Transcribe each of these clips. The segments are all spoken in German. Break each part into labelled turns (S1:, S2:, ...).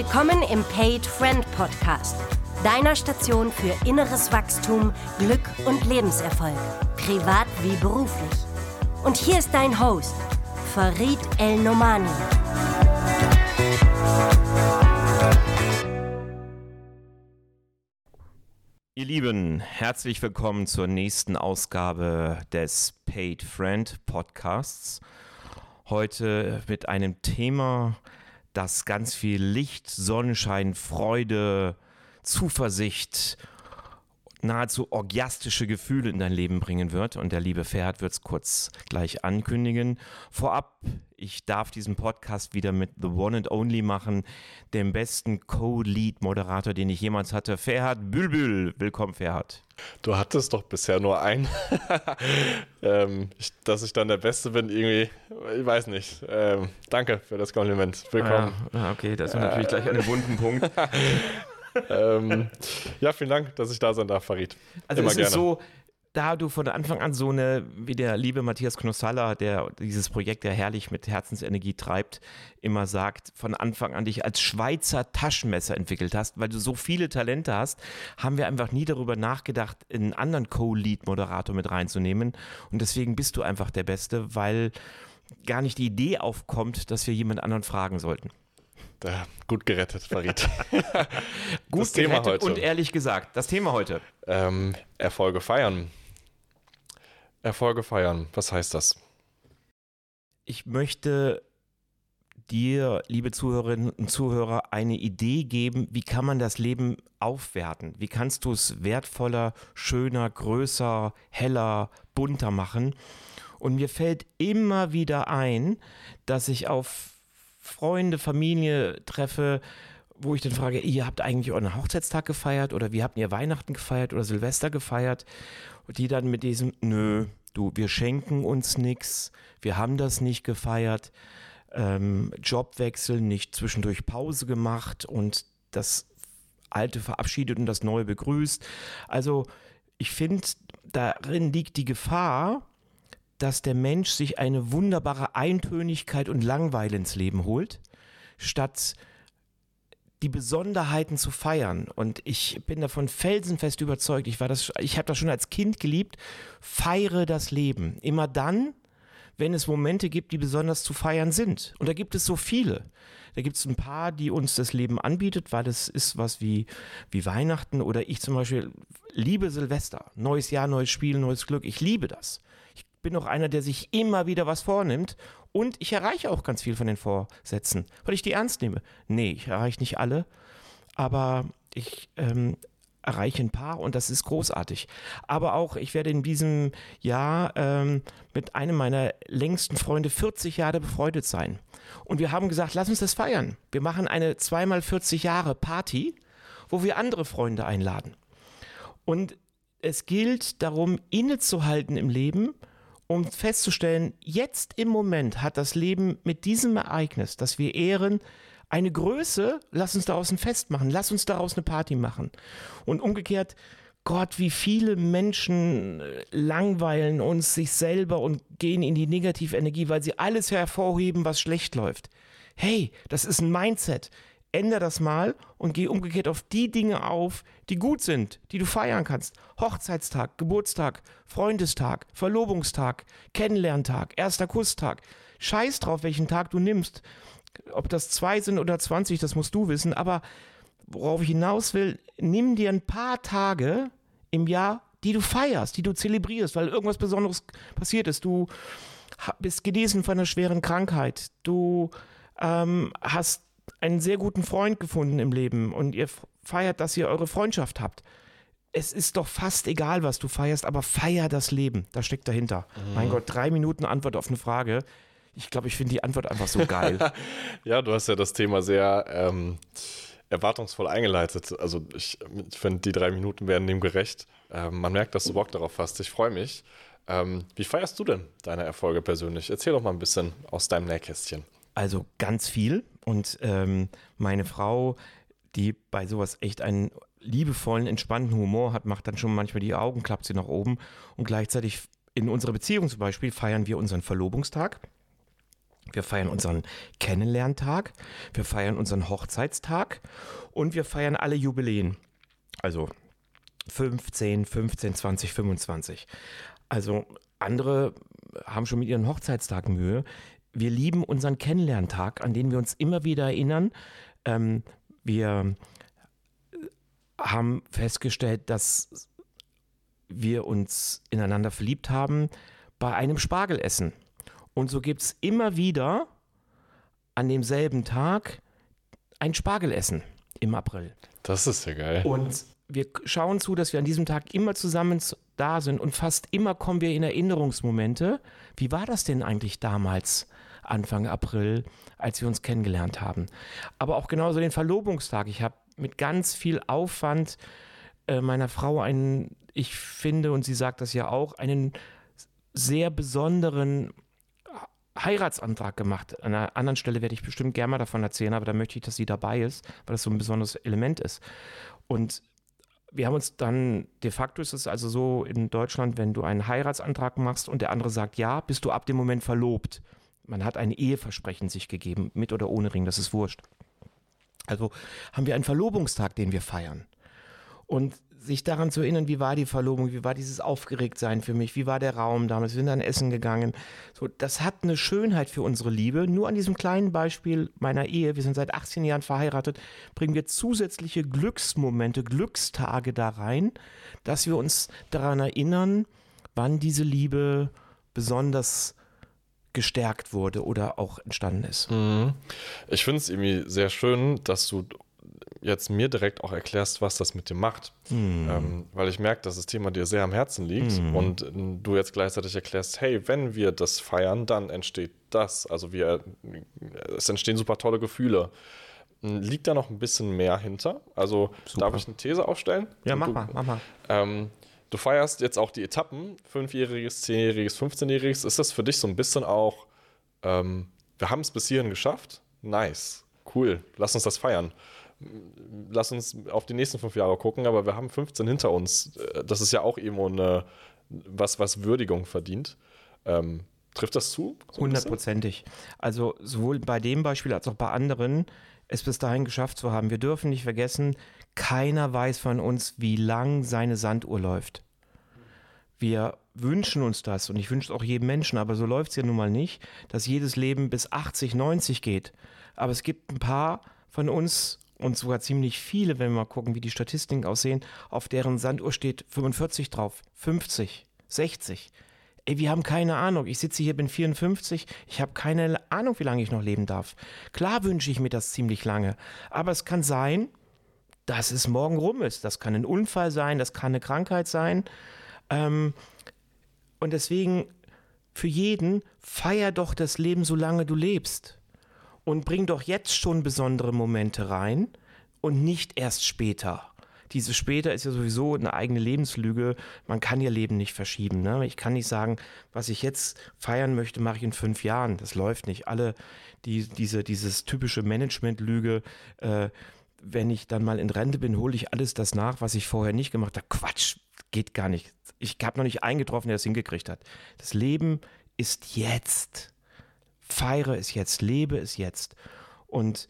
S1: Willkommen im Paid Friend Podcast, deiner Station für inneres Wachstum, Glück und Lebenserfolg, privat wie beruflich. Und hier ist dein Host, Farid El-Nomani.
S2: Ihr Lieben, herzlich willkommen zur nächsten Ausgabe des Paid Friend Podcasts. Heute mit einem Thema, das ganz viel Licht, Sonnenschein, Freude, Zuversicht, nahezu orgiastische Gefühle in dein Leben bringen wird. Und der liebe Ferhat wird es kurz gleich ankündigen. Vorab, ich darf diesen Podcast wieder mit The One and Only machen, dem besten Co-Lead-Moderator, den ich jemals hatte, Ferhat Bülbül. Willkommen, Ferhat.
S3: Du hattest doch bisher nur einen. Dass ich dann der Beste bin, irgendwie, ich weiß nicht. Danke für das Kompliment. Willkommen.
S2: Okay, das ist natürlich gleich an den wunden Punkt.
S3: Ja, vielen Dank, dass ich da sein darf, Farid.
S2: Also
S3: immer
S2: es
S3: gerne.
S2: Ist so, da du von Anfang an so wie der liebe Matthias Knossalla, der dieses Projekt ja herrlich mit Herzensenergie treibt, immer sagt, von Anfang an dich als Schweizer Taschenmesser entwickelt hast, weil du so viele Talente hast, haben wir einfach nie darüber nachgedacht, einen anderen Co-Lead-Moderator mit reinzunehmen. Und deswegen bist du einfach der Beste, weil gar nicht die Idee aufkommt, dass wir jemand anderen fragen sollten.
S3: Gut gerettet, Farid.
S2: Gut
S3: das Thema
S2: gerettet
S3: heute.
S2: Und ehrlich gesagt, das Thema heute.
S3: Erfolge feiern. Erfolge feiern, was heißt das?
S2: Ich möchte dir, liebe Zuhörerinnen und Zuhörer, eine Idee geben, wie kann man das Leben aufwerten? Wie kannst du es wertvoller, schöner, größer, heller, bunter machen? Und mir fällt immer wieder ein, dass ich auf Freunde, Familie treffe, wo ich dann frage, ihr habt eigentlich euren Hochzeitstag gefeiert oder wie habt ihr Weihnachten gefeiert oder Silvester gefeiert? Und die dann mit diesem, nö, wir schenken uns nichts, wir haben das nicht gefeiert, Jobwechsel, nicht zwischendurch Pause gemacht und das Alte verabschiedet und das Neue begrüßt. Also ich finde, darin liegt die Gefahr, dass der Mensch sich eine wunderbare Eintönigkeit und Langweile ins Leben holt, statt die Besonderheiten zu feiern. Und ich bin davon felsenfest überzeugt, ich habe das schon als Kind geliebt, feiere das Leben. Immer dann, wenn es Momente gibt, die besonders zu feiern sind. Und da gibt es so viele. Da gibt es ein paar, die uns das Leben anbietet, weil es ist was wie Weihnachten oder ich zum Beispiel liebe Silvester. Neues Jahr, neues Spiel, neues Glück. Ich liebe das. Ich bin auch einer, der sich immer wieder was vornimmt und ich erreiche auch ganz viel von den Vorsätzen, weil ich die ernst nehme. Nee, ich erreiche nicht alle, aber ich erreiche ein paar und das ist großartig. Aber auch, ich werde in diesem Jahr mit einem meiner längsten Freunde 40 Jahre befreundet sein. Und wir haben gesagt, lass uns das feiern. Wir machen eine 2x40 Jahre Party, wo wir andere Freunde einladen. Und es gilt darum, innezuhalten im Leben, um festzustellen, jetzt im Moment hat das Leben mit diesem Ereignis, das wir ehren, eine Größe, lass uns daraus ein Fest machen, lass uns daraus eine Party machen. Und umgekehrt, Gott, wie viele Menschen langweilen uns sich selber und gehen in die Negativenergie, weil sie alles hervorheben, was schlecht läuft. Hey, das ist ein Mindset. Änder das mal und geh umgekehrt auf die Dinge auf, die gut sind, die du feiern kannst. Hochzeitstag, Geburtstag, Freundestag, Verlobungstag, Kennenlerntag, erster Kusstag. Scheiß drauf, welchen Tag du nimmst. Ob das 2 sind oder 20, das musst du wissen. Aber worauf ich hinaus will, nimm dir ein paar Tage im Jahr, die du feierst, die du zelebrierst, weil irgendwas Besonderes passiert ist. Du bist genesen von einer schweren Krankheit. Du hast einen sehr guten Freund gefunden im Leben und ihr feiert, dass ihr eure Freundschaft habt. Es ist doch fast egal, was du feierst, aber feier das Leben. Da steckt dahinter. Mein Gott, 3 Minuten Antwort auf eine Frage. Ich glaube, ich finde die Antwort einfach so geil.
S3: Ja, du hast ja das Thema sehr erwartungsvoll eingeleitet. Also ich finde, die 3 Minuten werden dem gerecht. Man merkt, dass du Bock darauf hast. Ich freue mich. Wie feierst du denn deine Erfolge persönlich? Erzähl doch mal ein bisschen aus deinem Nähkästchen.
S2: Also ganz viel. Und meine Frau, die bei sowas echt einen liebevollen, entspannten Humor hat, macht dann schon manchmal die Augen, klappt sie nach oben. Und gleichzeitig in unserer Beziehung zum Beispiel feiern wir unseren Verlobungstag. Wir feiern unseren Kennenlerntag, wir feiern unseren Hochzeitstag und wir feiern alle Jubiläen. Also 15, 20, 25. Also andere haben schon mit ihren Hochzeitstagen Mühe. Wir lieben unseren Kennenlerntag, an den wir uns immer wieder erinnern. Wir haben festgestellt, dass wir uns ineinander verliebt haben bei einem Spargelessen. Und so gibt es immer wieder an demselben Tag ein Spargelessen im April.
S3: Das ist ja geil.
S2: Und wir schauen zu, dass wir an diesem Tag immer zusammen da sind und fast immer kommen wir in Erinnerungsmomente. Wie war das denn eigentlich damals, Anfang April, als wir uns kennengelernt haben? Aber auch genauso den Verlobungstag. Ich habe mit ganz viel Aufwand meiner Frau ich finde, und sie sagt das ja auch, einen sehr besonderen Heiratsantrag gemacht. An einer anderen Stelle werde ich bestimmt gerne mal davon erzählen, aber da möchte ich, dass sie dabei ist, weil das so ein besonderes Element ist. Und wir haben uns dann, de facto ist es also so in Deutschland, wenn du einen Heiratsantrag machst und der andere sagt ja, bist du ab dem Moment verlobt. Man hat ein Eheversprechen sich gegeben, mit oder ohne Ring, das ist wurscht. Also haben wir einen Verlobungstag, den wir feiern. Und sich daran zu erinnern, wie war die Verlobung, wie war dieses Aufgeregtsein für mich, wie war der Raum damals, wir sind dann essen gegangen. So, das hat eine Schönheit für unsere Liebe. Nur an diesem kleinen Beispiel meiner Ehe, wir sind seit 18 Jahren verheiratet, bringen wir zusätzliche Glücksmomente, Glückstage da rein, dass wir uns daran erinnern, wann diese Liebe besonders gestärkt wurde oder auch entstanden ist.
S3: Ich finde es irgendwie sehr schön, dass du jetzt mir direkt auch erklärst, was das mit dir macht. Weil ich merke, dass das Thema dir sehr am Herzen liegt und du jetzt gleichzeitig erklärst, hey, wenn wir das feiern, dann entsteht das. Also es entstehen super tolle Gefühle. Liegt da noch ein bisschen mehr hinter? Also
S2: Super.
S3: Darf ich eine These aufstellen?
S2: Ja, mach mal.
S3: Du feierst jetzt auch die Etappen, 5-jähriges, 10-jähriges, 15-jähriges. Ist das für dich so ein bisschen auch, wir haben es bis hierhin geschafft? Nice, cool, lass uns das feiern. Lass uns auf die nächsten 5 Jahre gucken, aber wir haben 15 hinter uns. Das ist ja auch irgendwo was Würdigung verdient. Trifft das zu? So
S2: 100%. Also sowohl bei dem Beispiel als auch bei anderen, es bis dahin geschafft zu haben. Wir dürfen nicht vergessen, keiner weiß von uns, wie lang seine Sanduhr läuft. Wir wünschen uns das und ich wünsche es auch jedem Menschen, aber so läuft es ja nun mal nicht, dass jedes Leben bis 80, 90 geht. Aber es gibt ein paar von uns und sogar ziemlich viele, wenn wir mal gucken, wie die Statistiken aussehen, auf deren Sanduhr steht 45 drauf, 50, 60. Ey, wir haben keine Ahnung. Ich sitze hier, bin 54, ich habe keine Ahnung, wie lange ich noch leben darf. Klar wünsche ich mir das ziemlich lange, aber es kann sein, dass es morgen rum ist. Das kann ein Unfall sein, das kann eine Krankheit sein. Und deswegen für jeden, feier doch das Leben, solange du lebst. Und bring doch jetzt schon besondere Momente rein und nicht erst später. Dieses später ist ja sowieso eine eigene Lebenslüge. Man kann ihr Leben nicht verschieben. Ne? Ich kann nicht sagen, was ich jetzt feiern möchte, mache ich in 5 Jahren. Das läuft nicht. Alle dieses typische Management-Lüge, wenn ich dann mal in Rente bin, hole ich alles das nach, was ich vorher nicht gemacht habe. Quatsch, geht gar nicht. Ich habe noch nicht einen getroffen, der das hingekriegt hat. Das Leben ist jetzt. Feiere es jetzt, lebe es jetzt. Und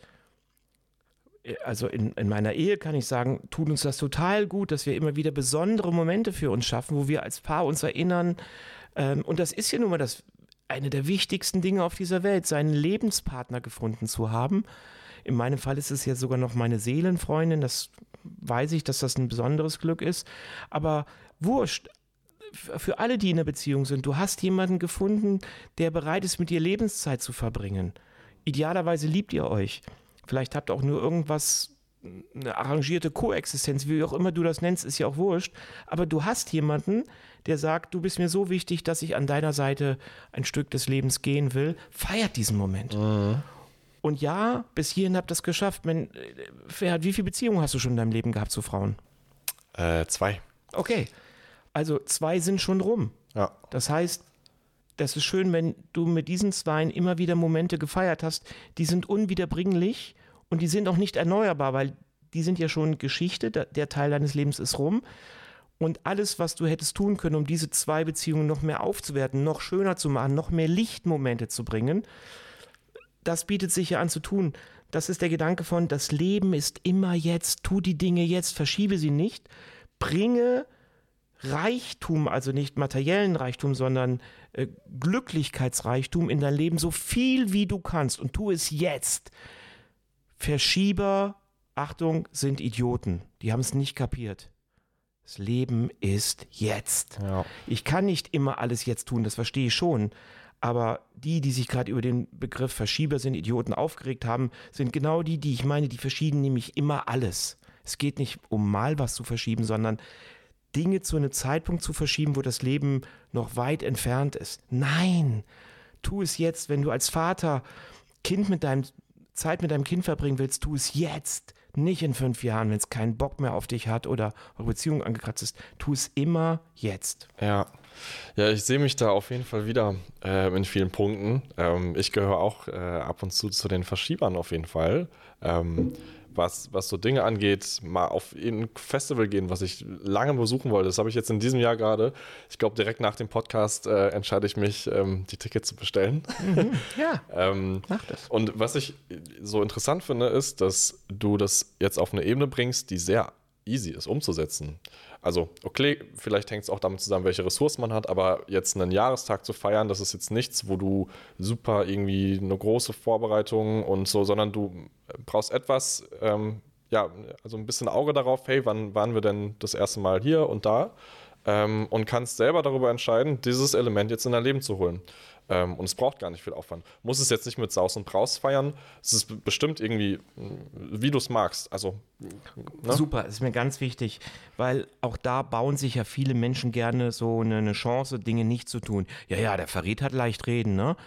S2: also in meiner Ehe kann ich sagen, tut uns das total gut, dass wir immer wieder besondere Momente für uns schaffen, wo wir als Paar uns erinnern. Und das ist ja nun mal eine der wichtigsten Dinge auf dieser Welt, seinen Lebenspartner gefunden zu haben. In meinem Fall ist es ja sogar noch meine Seelenfreundin, das weiß ich, dass das ein besonderes Glück ist. Aber wurscht. Für alle, die in einer Beziehung sind, du hast jemanden gefunden, der bereit ist, mit dir Lebenszeit zu verbringen. Idealerweise liebt ihr euch. Vielleicht habt ihr auch nur irgendwas, eine arrangierte Koexistenz, wie auch immer du das nennst, ist ja auch wurscht. Aber du hast jemanden, der sagt, du bist mir so wichtig, dass ich an deiner Seite ein Stück des Lebens gehen will. Feiert diesen Moment. Und ja, bis hierhin habt ihr es geschafft. Ferhat, wie viele Beziehungen hast du schon in deinem Leben gehabt zu Frauen?
S3: 2.
S2: Okay. Also 2 sind schon rum.
S3: Ja.
S2: Das heißt, das ist schön, wenn du mit diesen 2 immer wieder Momente gefeiert hast, die sind unwiederbringlich und die sind auch nicht erneuerbar, weil die sind ja schon Geschichte, der Teil deines Lebens ist rum. Und alles, was du hättest tun können, um diese 2 Beziehungen noch mehr aufzuwerten, noch schöner zu machen, noch mehr Lichtmomente zu bringen, das bietet sich ja an zu tun. Das ist der Gedanke von, das Leben ist immer jetzt, tu die Dinge jetzt, verschiebe sie nicht, bringe Reichtum, also nicht materiellen Reichtum, sondern Glücklichkeitsreichtum in dein Leben, so viel wie du kannst und tu es jetzt. Verschieber, Achtung, sind Idioten, die haben es nicht kapiert. Das Leben ist jetzt.
S3: Ja.
S2: Ich kann nicht immer alles jetzt tun, das verstehe ich schon. Aber die sich gerade über den Begriff Verschieber sind Idioten aufgeregt haben, sind genau die ich meine, die verschieben nämlich immer alles. Es geht nicht um mal was zu verschieben, sondern Dinge zu einem Zeitpunkt zu verschieben, wo das Leben noch weit entfernt ist. Nein, tu es jetzt, wenn du als Vater Zeit mit deinem Kind verbringen willst, tu es jetzt. Nicht in 5 Jahren, wenn es keinen Bock mehr auf dich hat oder eure Beziehung angekratzt ist. Tu es immer jetzt.
S3: Ja, ich sehe mich da auf jeden Fall wieder in vielen Punkten. Ich gehöre auch ab und zu den Verschiebern auf jeden Fall. Was so Dinge angeht, mal auf ein Festival gehen, was ich lange besuchen wollte. Das habe ich jetzt in diesem Jahr gerade. Ich glaube, direkt nach dem Podcast entscheide ich mich, die Tickets zu bestellen.
S2: Ja, mach das.
S3: Und was ich so interessant finde, ist, dass du das jetzt auf eine Ebene bringst, die sehr easy ist umzusetzen. Also, okay, vielleicht hängt es auch damit zusammen, welche Ressourcen man hat, aber jetzt einen Jahrestag zu feiern, das ist jetzt nichts, wo du super irgendwie eine große Vorbereitung und so, sondern du brauchst etwas, also ein bisschen Auge darauf, hey, wann waren wir denn das erste Mal hier und da? Und kannst selber darüber entscheiden, dieses Element jetzt in dein Leben zu holen. Und es braucht gar nicht viel Aufwand. Muss es jetzt nicht mit Saus und Braus feiern. Es ist bestimmt irgendwie, wie du es magst. Also, ne?
S2: Super, ist mir ganz wichtig, weil auch da bauen sich ja viele Menschen gerne so eine Chance, Dinge nicht zu tun. Ja, der Farid hat leicht reden, ne?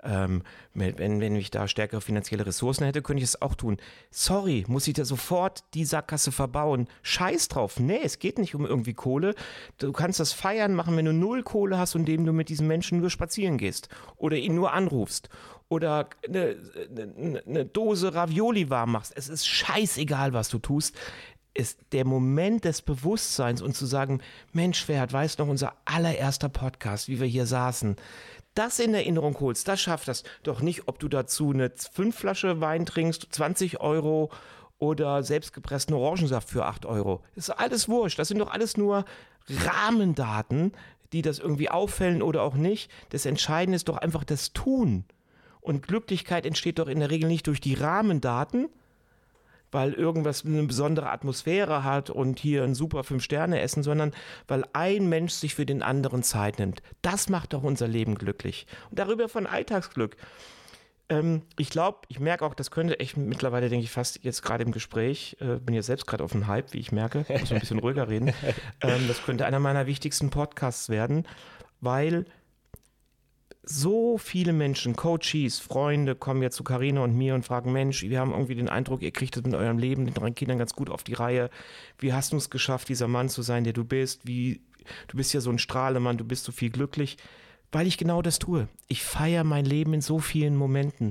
S2: Wenn ich da stärkere finanzielle Ressourcen hätte, könnte ich es auch tun. Sorry, muss ich da sofort die Sackgasse verbauen? Scheiß drauf. Nee, es geht nicht um irgendwie Kohle. Du kannst das feiern machen, wenn du 0 Kohle hast, indem du mit diesen Menschen nur spazieren gehst oder ihn nur anrufst oder eine Dose Ravioli warm machst. Es ist scheißegal, was du tust. Ist der Moment des Bewusstseins und zu sagen, Mensch, Ferhat, weißt noch, unser allererster Podcast, wie wir hier saßen, das in Erinnerung holst, das schafft das. Doch nicht, ob du dazu eine 5 Flasche Wein trinkst, 20 € oder selbstgepressten Orangensaft für 8 €. Das ist alles wurscht. Das sind doch alles nur Rahmendaten, die das irgendwie auffällen oder auch nicht. Das Entscheidende ist doch einfach das Tun. Und Glücklichkeit entsteht doch in der Regel nicht durch die Rahmendaten, weil irgendwas eine besondere Atmosphäre hat und hier ein super 5-Sterne-Essen, sondern weil ein Mensch sich für den anderen Zeit nimmt. Das macht doch unser Leben glücklich. Und darüber von Alltagsglück. Ich glaube, ich merke auch, das könnte echt mittlerweile, denke ich, fast jetzt gerade im Gespräch, bin jetzt selbst gerade auf dem Hype, wie ich merke, muss ein bisschen ruhiger reden, das könnte einer meiner wichtigsten Podcasts werden, weil so viele Menschen, Coaches, Freunde kommen jetzt zu Carina und mir und fragen, Mensch, wir haben irgendwie den Eindruck, ihr kriegt das mit eurem Leben, den 3 Kindern ganz gut auf die Reihe. Wie hast du es geschafft, dieser Mann zu sein, der du bist? Du bist ja so ein Strahlemann, du bist so viel glücklich. Weil ich genau das tue. Ich feiere mein Leben in so vielen Momenten.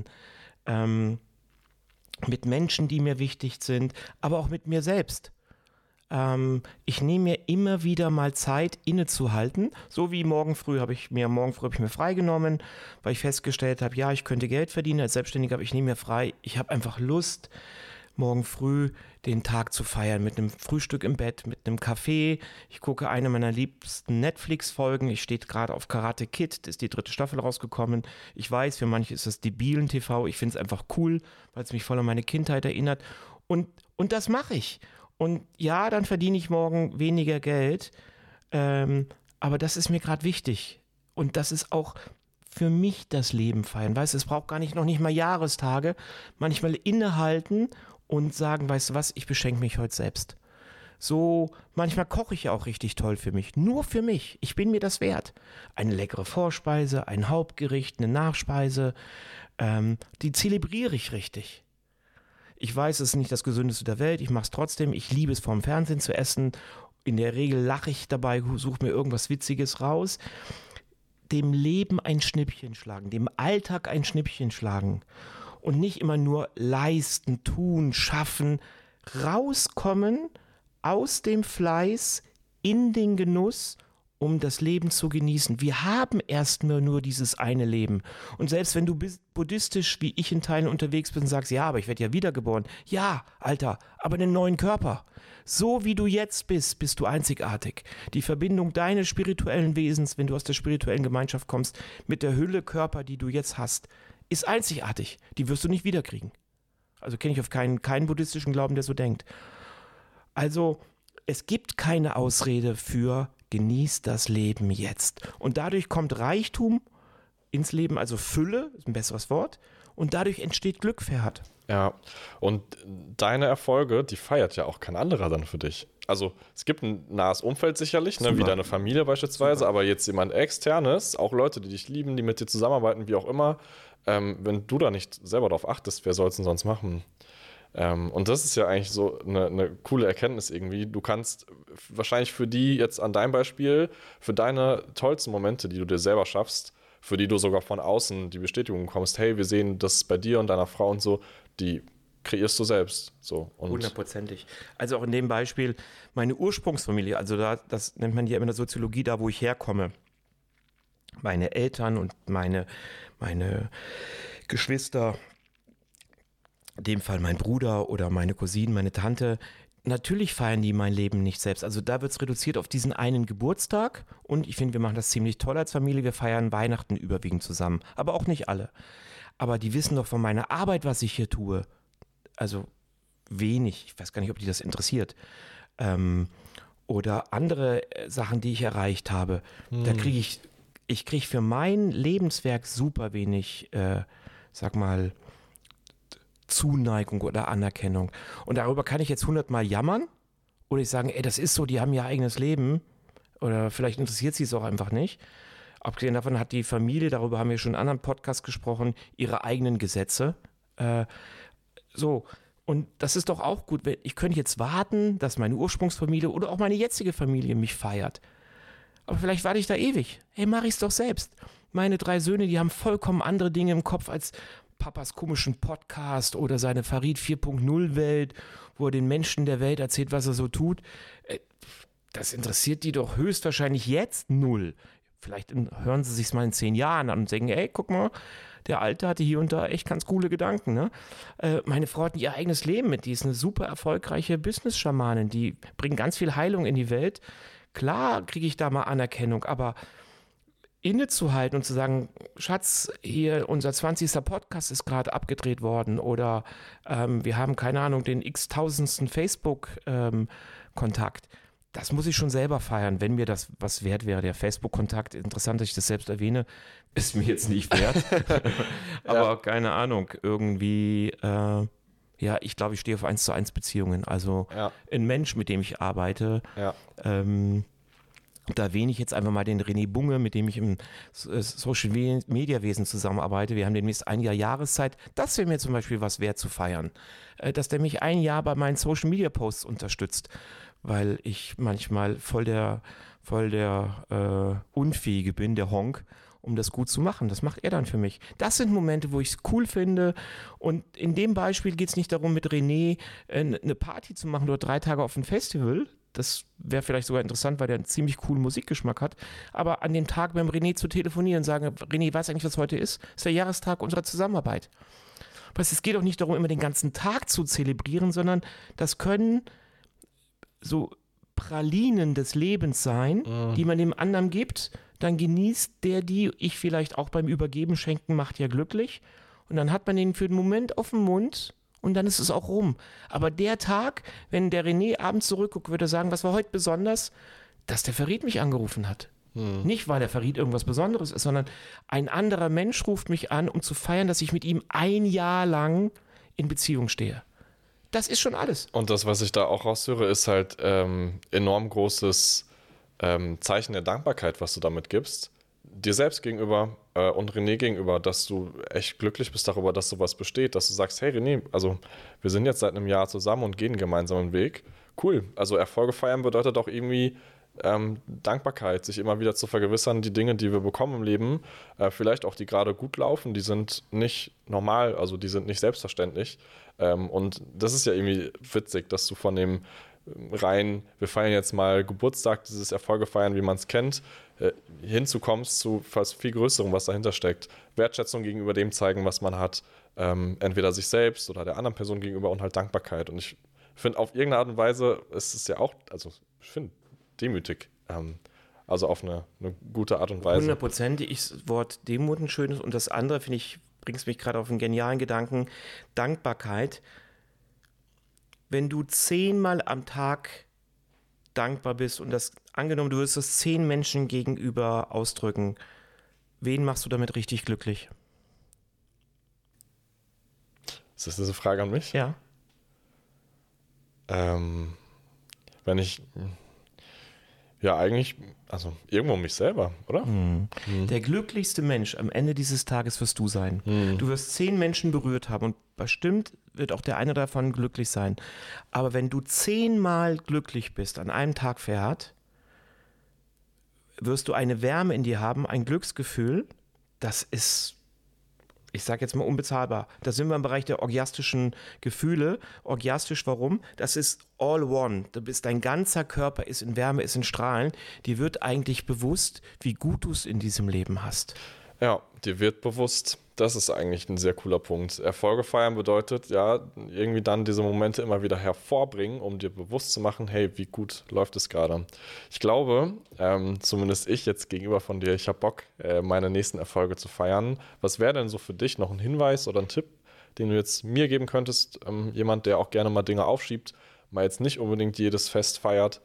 S2: Mit Menschen, die mir wichtig sind, aber auch mit mir selbst. Ich nehme mir immer wieder mal Zeit, innezuhalten. So wie morgen früh habe ich mir freigenommen, weil ich festgestellt habe, ja, ich könnte Geld verdienen als Selbstständiger, aber ich nehme mir frei. Ich habe einfach Lust, morgen früh den Tag zu feiern mit einem Frühstück im Bett, mit einem Kaffee. Ich gucke eine meiner liebsten Netflix-Folgen. Ich stehe gerade auf Karate Kid, da ist die 3. Staffel rausgekommen. Ich weiß, für manche ist das debilen TV. Ich finde es einfach cool, weil es mich voll an meine Kindheit erinnert. Und das mache ich. Und ja, dann verdiene ich morgen weniger Geld, aber das ist mir gerade wichtig. Und das ist auch für mich das Leben feiern. Weißt du, es braucht noch nicht mal Jahrestage. Manchmal innehalten und sagen, weißt du was, ich beschenke mich heute selbst. So, manchmal koche ich auch richtig toll für mich. Nur für mich. Ich bin mir das wert. Eine leckere Vorspeise, ein Hauptgericht, eine Nachspeise, die zelebriere ich richtig. Ich weiß, es ist nicht das Gesündeste der Welt, ich mache es trotzdem. Ich liebe es, vorm Fernsehen zu essen. In der Regel lache ich dabei, suche mir irgendwas Witziges raus. Dem Leben ein Schnippchen schlagen, dem Alltag ein Schnippchen schlagen. Und nicht immer nur leisten, tun, schaffen. Rauskommen aus dem Fleiß in den Genuss um das Leben zu genießen. Wir haben erstmal nur dieses eine Leben. Und selbst wenn du buddhistisch wie ich in Teilen unterwegs bist und sagst, ja, aber ich werde ja wiedergeboren. Ja, Alter, aber einen neuen Körper. So wie du jetzt bist, bist du einzigartig. Die Verbindung deines spirituellen Wesens, wenn du aus der spirituellen Gemeinschaft kommst, mit der Hülle Körper, die du jetzt hast, ist einzigartig. Die wirst du nicht wiederkriegen. Also kenne ich auf keinen buddhistischen Glauben, der so denkt. Also es gibt keine Ausrede für genieß das Leben jetzt. Und dadurch kommt Reichtum ins Leben, also Fülle, ist ein besseres Wort. Und dadurch entsteht Glück, Ferhat.
S3: Ja, und deine Erfolge, die feiert ja auch kein anderer dann für dich. Also es gibt ein nahes Umfeld sicherlich, ne, wie deine Familie beispielsweise, aber jetzt jemand Externes, auch Leute, die dich lieben, die mit dir zusammenarbeiten, wie auch immer, wenn du da nicht selber darauf achtest, wer soll es denn sonst machen? Und das ist ja eigentlich so eine coole Erkenntnis irgendwie. Du kannst wahrscheinlich für die jetzt an deinem Beispiel, für deine tollsten Momente, die du dir selber schaffst, für die du sogar von außen die Bestätigung bekommst, hey, wir sehen das bei dir und deiner Frau und so, die kreierst du selbst. So. Und
S2: 100%. Also auch in dem Beispiel, meine Ursprungsfamilie, also das nennt man ja immer in der Soziologie, da wo ich herkomme. Meine Eltern und meine Geschwister, in dem Fall mein Bruder oder meine Cousine, meine Tante, natürlich feiern die mein Leben nicht selbst. Also da wird es reduziert auf diesen einen Geburtstag und ich finde, wir machen das ziemlich toll als Familie. Wir feiern Weihnachten überwiegend zusammen, aber auch nicht alle. Aber die wissen doch von meiner Arbeit, was ich hier tue. Also wenig. Ich weiß gar nicht, ob die das interessiert. Oder andere Sachen, die ich erreicht habe. Da kriege ich kriege für mein Lebenswerk super wenig, sag mal, Zuneigung oder Anerkennung. Und darüber kann ich jetzt 100-mal jammern oder ich sagen, ey, das ist so, die haben ihr eigenes Leben oder vielleicht interessiert sie es auch einfach nicht. Abgesehen davon hat die Familie, darüber haben wir schon in anderen Podcasts gesprochen, ihre eigenen Gesetze. So, und das ist doch auch gut. Ich könnte jetzt warten, dass meine Ursprungsfamilie oder auch meine jetzige Familie mich feiert. Aber vielleicht warte ich da ewig. Hey, mach ich's doch selbst. Meine 3 Söhne, die haben vollkommen andere Dinge im Kopf als Papas komischen Podcast oder seine Farid 4.0 Welt, wo er den Menschen der Welt erzählt, was er so tut. Das interessiert die doch höchstwahrscheinlich jetzt null. Vielleicht hören sie sich's mal in 10 Jahren an und denken, ey, guck mal, der Alte hatte hier und da echt ganz coole Gedanken. Ne? Meine Frau hat ihr eigenes Leben mit, die ist eine super erfolgreiche Business-Schamanin, die bringt ganz viel Heilung in die Welt. Klar kriege ich da mal Anerkennung, aber innezuhalten und zu sagen, Schatz, hier unser 20. Podcast ist gerade abgedreht worden oder wir haben, keine Ahnung, den x-tausendsten Facebook-Kontakt. Das muss ich schon selber feiern, wenn mir das was wert wäre. Der Facebook-Kontakt, interessant, dass ich das selbst erwähne, ist mir jetzt nicht wert. Aber keine Ahnung, irgendwie, ja, ich glaube, ich stehe auf 1:1 Beziehungen. Also ein Mensch, mit dem ich arbeite, da erwähne ich jetzt einfach mal den René Bunge, mit dem ich im Social-Media-Wesen zusammenarbeite. Wir haben demnächst 1 Jahr Jahreszeit. Das wäre mir zum Beispiel was wert zu feiern. Dass der mich 1 Jahr bei meinen Social-Media-Posts unterstützt, weil ich manchmal voll der Unfähige bin, der Honk, um das gut zu machen. Das macht er dann für mich. Das sind Momente, wo ich es cool finde. Und in dem Beispiel geht es nicht darum, mit René eine Party zu machen oder 3 Tage auf ein Festival. Das wäre vielleicht sogar interessant, weil der einen ziemlich coolen Musikgeschmack hat. Aber an dem Tag beim René zu telefonieren und sagen, René, weißt du eigentlich, was heute ist? Das ist der Jahrestag unserer Zusammenarbeit. Aber es geht auch nicht darum, immer den ganzen Tag zu zelebrieren, sondern das können so Pralinen des Lebens sein, die man dem anderen gibt. Dann genießt der die, ich vielleicht auch beim Übergeben schenken, macht ja glücklich. Und dann hat man den für den Moment auf dem Mund und dann ist es auch rum. Aber der Tag, wenn der René abends zurückguckt, würde er sagen, was war heute besonders? Dass der Farid mich angerufen hat. Nicht, weil der Farid irgendwas Besonderes ist, sondern ein anderer Mensch ruft mich an, um zu feiern, dass ich mit ihm 1 Jahr lang in Beziehung stehe. Das ist schon alles.
S3: Und das, was ich da auch raushöre, ist halt enorm großes Zeichen der Dankbarkeit, was du damit gibst. Dir selbst gegenüber und René gegenüber, dass du echt glücklich bist darüber, dass sowas besteht, dass du sagst, hey René, also wir sind jetzt seit einem Jahr zusammen und gehen einen gemeinsamen Weg. Cool, also Erfolge feiern bedeutet auch irgendwie Dankbarkeit, sich immer wieder zu vergewissern, die Dinge, die wir bekommen im Leben, vielleicht auch die gerade gut laufen, die sind nicht normal, also die sind nicht selbstverständlich. Und das ist ja irgendwie witzig, dass du von dem rein, wir feiern jetzt mal Geburtstag, dieses Erfolge feiern, wie man es kennt, hinzukommst zu fast viel Größerem, was dahinter steckt. Wertschätzung gegenüber dem zeigen, was man hat, entweder sich selbst oder der anderen Person gegenüber und halt Dankbarkeit. Und ich finde, auf irgendeine Art und Weise ist es ja auch, also ich finde, demütig. Also auf eine gute Art und Weise.
S2: 100%. Das Wort Demut ein schönes. Und das andere, finde ich, bringst mich gerade auf einen genialen Gedanken, Dankbarkeit. Wenn du 10-mal am Tag dankbar bist und das, angenommen, du wirst es 10 Menschen gegenüber ausdrücken, wen machst du damit richtig glücklich?
S3: Ist das eine Frage an mich?
S2: Ja.
S3: Wenn ich, ja eigentlich, also irgendwo mich selber, oder?
S2: Der glücklichste Mensch am Ende dieses Tages wirst du sein. Du wirst 10 Menschen berührt haben und bestimmt wird auch der eine davon glücklich sein. Aber wenn du 10-mal glücklich bist an einem Tag, Ferhat, wirst du eine Wärme in dir haben, ein Glücksgefühl, das ist, ich sage jetzt mal unbezahlbar. Da sind wir im Bereich der orgiastischen Gefühle. Orgiastisch, warum? Das ist all one. Dein ganzer Körper ist in Wärme, ist in Strahlen. Dir wird eigentlich bewusst, wie gut du es in diesem Leben hast.
S3: Ja, dir wird bewusst, das ist eigentlich ein sehr cooler Punkt. Erfolge feiern bedeutet, ja, irgendwie dann diese Momente immer wieder hervorbringen, um dir bewusst zu machen, hey, wie gut läuft es gerade. Ich glaube, zumindest ich jetzt gegenüber von dir, ich habe Bock, meine nächsten Erfolge zu feiern. Was wäre denn so für dich noch ein Hinweis oder ein Tipp, den du jetzt mir geben könntest? Jemand, der auch gerne mal Dinge aufschiebt, mal jetzt nicht unbedingt jedes Fest feiert.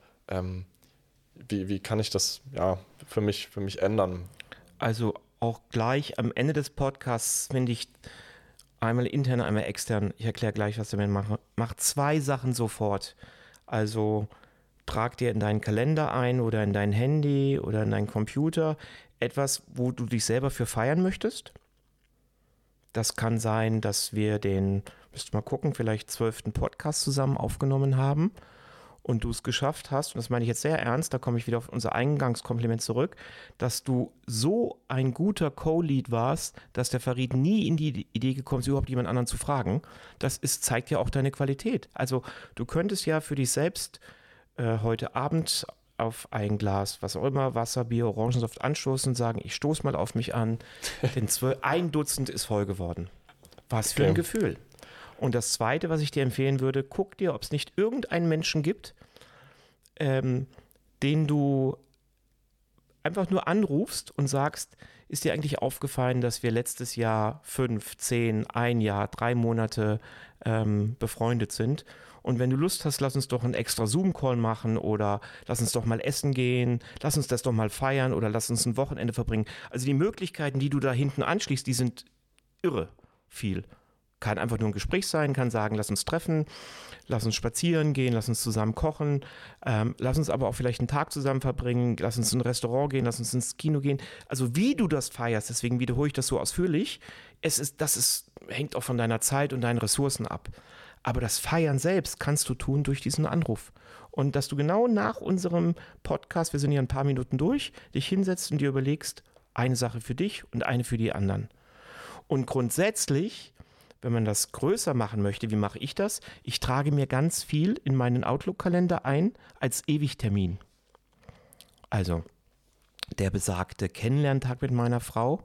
S3: Wie kann ich das ja für mich ändern?
S2: Also auch gleich am Ende des Podcasts finde ich einmal intern, einmal extern. Ich erkläre gleich, was ich damit mache. Mach 2 Sachen sofort. Also trag dir in deinen Kalender ein oder in dein Handy oder in deinen Computer etwas, wo du dich selber für feiern möchtest. Das kann sein, dass wir müsst mal gucken, vielleicht 12. Podcast zusammen aufgenommen haben und du es geschafft hast, und das meine ich jetzt sehr ernst, da komme ich wieder auf unser Eingangskompliment zurück, dass du so ein guter Co-Lead warst, dass der Farid nie in die Idee gekommen ist, überhaupt jemand anderen zu fragen. Zeigt ja auch deine Qualität. Also du könntest ja für dich selbst heute Abend auf ein Glas, was auch immer, Wasser, Bier, Orangensaft anstoßen und sagen, ich stoße mal auf mich an, denn 1 Dutzend ist voll geworden. Was für ein Gefühl. Und das Zweite, was ich dir empfehlen würde, guck dir, ob es nicht irgendeinen Menschen gibt, den du einfach nur anrufst und sagst, ist dir eigentlich aufgefallen, dass wir letztes Jahr 5, 10, 1 Jahr, 3 Monate befreundet sind? Und wenn du Lust hast, lass uns doch einen extra Zoom-Call machen oder lass uns doch mal essen gehen, lass uns das doch mal feiern oder lass uns ein Wochenende verbringen. Also die Möglichkeiten, die du da hinten anschließt, die sind irre viel. Kann einfach nur ein Gespräch sein, kann sagen, lass uns treffen, lass uns spazieren gehen, lass uns zusammen kochen, lass uns aber auch vielleicht einen Tag zusammen verbringen, lass uns in ein Restaurant gehen, lass uns ins Kino gehen. Also wie du das feierst, deswegen wiederhole ich das so ausführlich, hängt auch von deiner Zeit und deinen Ressourcen ab. Aber das Feiern selbst kannst du tun durch diesen Anruf. Und dass du genau nach unserem Podcast, wir sind ja ein paar Minuten durch, dich hinsetzt und dir überlegst, eine Sache für dich und eine für die anderen. Und grundsätzlich, wenn man das größer machen möchte, wie mache ich das? Ich trage mir ganz viel in meinen Outlook-Kalender ein als Ewigtermin. Also der besagte Kennenlerntag mit meiner Frau,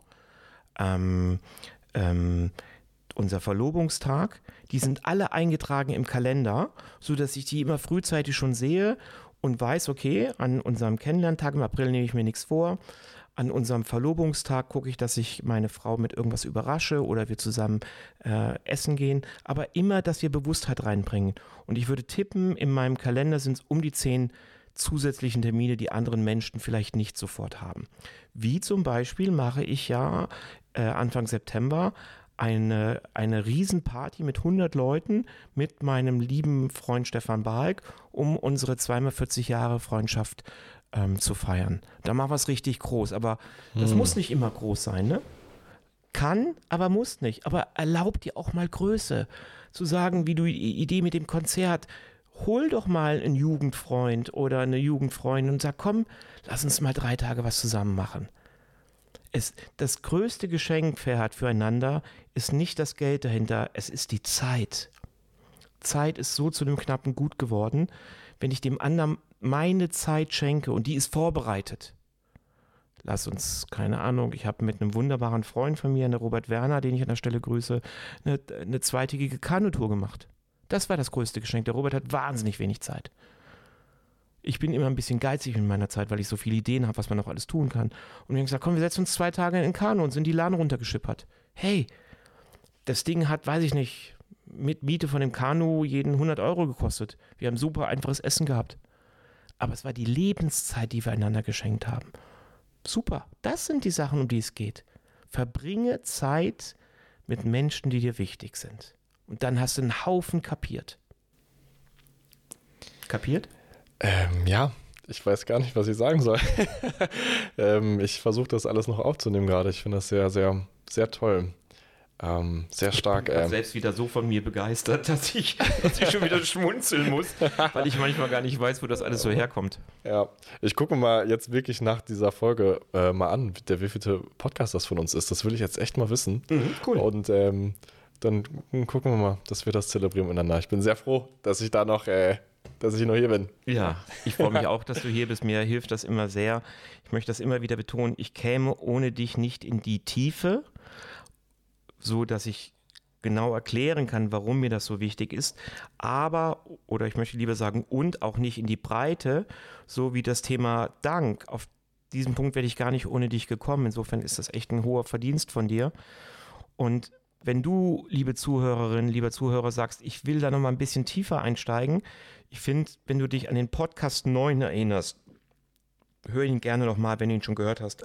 S2: unser Verlobungstag, die sind alle eingetragen im Kalender, sodass ich die immer frühzeitig schon sehe und weiß, okay, an unserem Kennenlerntag im April nehme ich mir nichts vor. An unserem Verlobungstag gucke ich, dass ich meine Frau mit irgendwas überrasche oder wir zusammen essen gehen. Aber immer, dass wir Bewusstheit reinbringen. Und ich würde tippen, in meinem Kalender sind es um die 10 zusätzlichen Termine, die anderen Menschen vielleicht nicht sofort haben. Wie zum Beispiel mache ich ja Anfang September eine Riesenparty mit 100 Leuten mit meinem lieben Freund Stefan Balk, um unsere 2x40 Jahre Freundschaft zu feiern. Da machen wir es richtig groß, aber das muss nicht immer groß sein, ne? Kann, aber muss nicht. Aber erlaubt dir auch mal Größe. Zu sagen, wie du die Idee mit dem Konzert, hol doch mal einen Jugendfreund oder eine Jugendfreundin und sag, komm, lass uns mal 3 Tage was zusammen machen. Das größte Geschenk, Ferhat, füreinander ist nicht das Geld dahinter, es ist die Zeit. Zeit ist so zu dem knappen Gut geworden. wenn ich dem anderen meine Zeit schenke und die ist vorbereitet. Lass uns, keine Ahnung, ich habe mit einem wunderbaren Freund von mir, der Robert Werner, den ich an der Stelle grüße, eine zweitägige Kanutour gemacht. Das war das größte Geschenk. Der Robert hat wahnsinnig wenig Zeit. Ich bin immer ein bisschen geizig in meiner Zeit, weil ich so viele Ideen habe, was man noch alles tun kann. Und wir haben gesagt, komm, wir setzen uns 2 Tage in den Kanu und sind die Lahn runtergeschippert. Hey, das Ding hat, weiß ich nicht, mit Miete von dem Kanu jeden 100 € gekostet. Wir haben super einfaches Essen gehabt. Aber es war die Lebenszeit, die wir einander geschenkt haben. Super, das sind die Sachen, um die es geht. Verbringe Zeit mit Menschen, die dir wichtig sind. Und dann hast du einen Haufen kapiert. Kapiert?
S3: Ja, ich weiß gar nicht, was ich sagen soll. Ich versuche das alles noch aufzunehmen gerade. Ich finde das sehr, sehr, sehr toll. Sehr stark.
S2: Ich bin selbst wieder so von mir begeistert, dass ich schon wieder schmunzeln muss, weil ich manchmal gar nicht weiß, wo das alles so herkommt.
S3: Ja, ich gucke mal jetzt wirklich nach dieser Folge mal an, der wievielte Podcast das von uns ist. Das will ich jetzt echt mal wissen.
S2: Cool.
S3: Und dann gucken wir mal, dass wir das zelebrieren miteinander. Ich bin sehr froh, dass ich da noch, dass ich noch hier bin.
S2: Ja, ich freue mich auch, dass du hier bist. Mir hilft das immer sehr. Ich möchte das immer wieder betonen. Ich käme ohne dich nicht in die Tiefe, so dass ich genau erklären kann, warum mir das so wichtig ist, aber, oder ich möchte lieber sagen, und auch nicht in die Breite, so wie das Thema Dank. Auf diesen Punkt wäre ich gar nicht ohne dich gekommen. Insofern ist das echt ein hoher Verdienst von dir. Und wenn du, liebe Zuhörerin, lieber Zuhörer, sagst, ich will da nochmal ein bisschen tiefer einsteigen, ich finde, wenn du dich an den Podcast 9 erinnerst, hör ihn gerne nochmal, wenn du ihn schon gehört hast.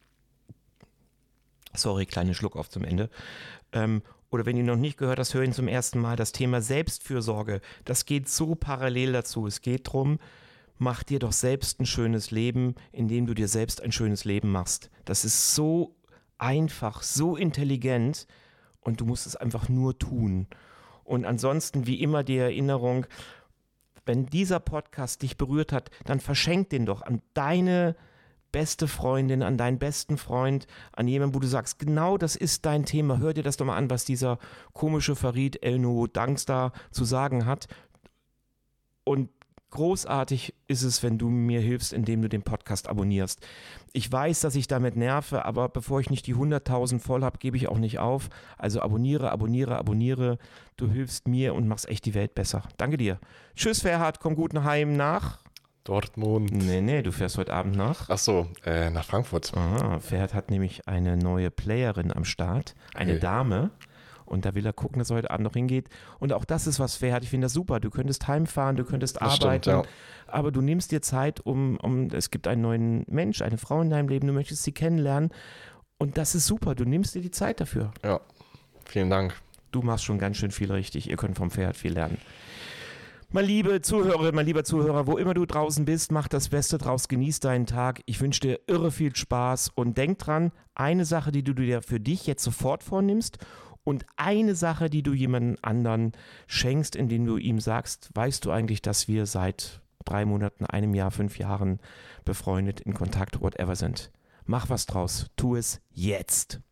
S2: Sorry, kleiner Schluck auf zum Ende. Oder wenn du ihn noch nicht gehört hast, hör ihn zum ersten Mal. Das Thema Selbstfürsorge, das geht so parallel dazu. Es geht darum, mach dir doch selbst ein schönes Leben, indem du dir selbst ein schönes Leben machst. Das ist so einfach, so intelligent und du musst es einfach nur tun. Und ansonsten, wie immer, die Erinnerung, wenn dieser Podcast dich berührt hat, dann verschenk den doch an deine beste Freundin, an deinen besten Freund, an jemanden, wo du sagst, genau das ist dein Thema. Hör dir das doch mal an, was dieser komische Farid El-No-Dangstar zu sagen hat. Und großartig ist es, wenn du mir hilfst, indem du den Podcast abonnierst. Ich weiß, dass ich damit nerve, aber bevor ich nicht die 100.000 voll habe, gebe ich auch nicht auf. Also abonniere. Du hilfst mir und machst echt die Welt besser. Danke dir. Tschüss, Ferhat, komm gut nach Heim nach
S3: Dortmund.
S2: Nee, du fährst heute Abend nach.
S3: Ach so, nach Frankfurt.
S2: Ferhat hat nämlich eine neue Playerin am Start, eine Dame. Und da will er gucken, dass er heute Abend noch hingeht. Und auch das ist was Ferhat. Ich finde das super. Du könntest heimfahren, du könntest
S3: das
S2: arbeiten.
S3: Stimmt, ja.
S2: Aber du nimmst dir Zeit, es gibt einen neuen Mensch, eine Frau in deinem Leben, du möchtest sie kennenlernen. Und das ist super. Du nimmst dir die Zeit dafür.
S3: Ja, vielen Dank.
S2: Du machst schon ganz schön viel richtig. Ihr könnt vom Ferhat viel lernen. Meine liebe Zuhörerin, mein lieber Zuhörer, wo immer du draußen bist, mach das Beste draus, genieß deinen Tag. Ich wünsche dir irre viel Spaß und denk dran, eine Sache, die du dir für dich jetzt sofort vornimmst und eine Sache, die du jemandem anderen schenkst, indem du ihm sagst, weißt du eigentlich, dass wir seit 3 Monaten, einem Jahr, 5 Jahren befreundet, in Kontakt, whatever sind. Mach was draus, tu es jetzt.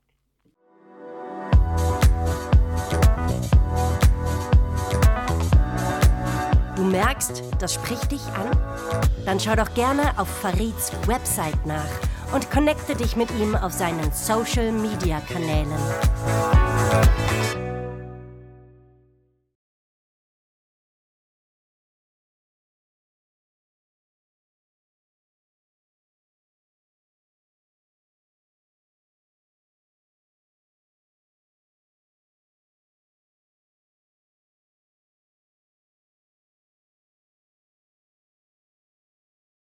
S1: Du merkst, das spricht dich an? Dann schau doch gerne auf Farids Website nach und connecte dich mit ihm auf seinen Social-Media-Kanälen.